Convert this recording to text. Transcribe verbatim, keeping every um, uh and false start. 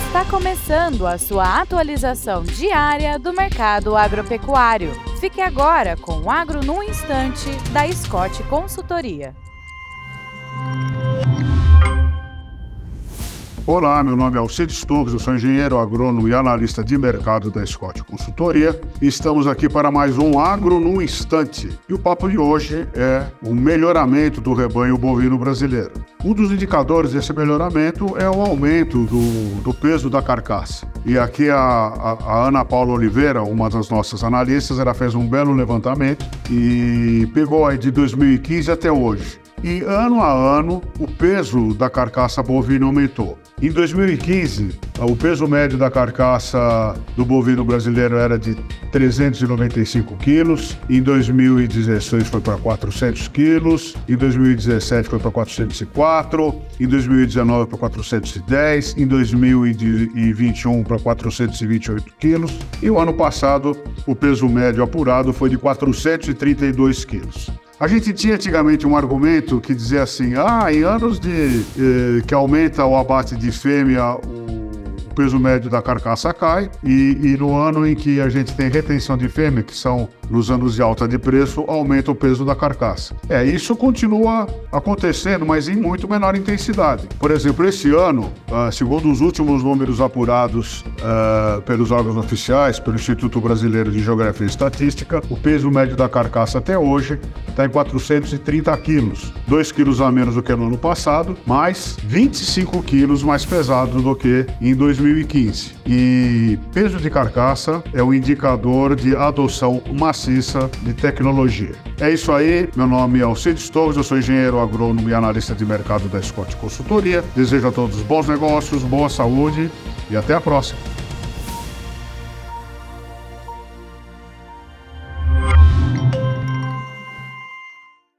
Está começando a sua atualização diária do mercado agropecuário. Fique agora com o Agro no Instante, da Scott Consultoria. Olá, meu nome é Alcides Torres, eu sou engenheiro agrônomo e analista de mercado da Scott Consultoria. Estamos aqui para mais um Agro no Instante. E o papo de hoje é o melhoramento do rebanho bovino brasileiro. Um dos indicadores desse melhoramento é o aumento do, do peso da carcaça. E aqui a, a, a Ana Paula Oliveira, uma das nossas analistas, ela fez um belo levantamento e pegou aí de dois mil e quinze até hoje. E ano a ano, o peso da carcaça bovina aumentou. Em dois mil e quinze, o peso médio da carcaça do bovino brasileiro era de trezentos e noventa e cinco quilos. Em dois mil e dezesseis foi para quatrocentos quilos. Em dois mil e dezessete foi para quatrocentos e quatro. Em dois mil e dezenove para quatrocentos e dez. Em dois mil e vinte e um para quatrocentos e vinte e oito quilos. E o ano passado, o peso médio apurado foi de quatrocentos e trinta e dois quilos. A gente tinha antigamente um argumento que dizia assim, ah, em anos de, eh, que aumenta o abate de fêmea, o peso médio da carcaça cai, e, e no ano em que a gente tem retenção de fêmea, que são nos anos de alta de preço, aumenta o peso da carcaça. É, isso continua acontecendo, mas em muito menor intensidade. Por exemplo, esse ano, uh, segundo os últimos números apurados uh, pelos órgãos oficiais, pelo Instituto Brasileiro de Geografia e Estatística, o peso médio da carcaça até hoje está em quatrocentos e trinta quilos, dois quilos a menos do que no ano passado, mas vinte e cinco quilos mais pesado do que em dois mil e quinze. E peso de carcaça é um indicador de adoção maciça de tecnologia. É isso aí, meu nome é Alcides Torres, eu sou engenheiro agrônomo e analista de mercado da Scott Consultoria. Desejo a todos bons negócios, boa saúde e até a próxima.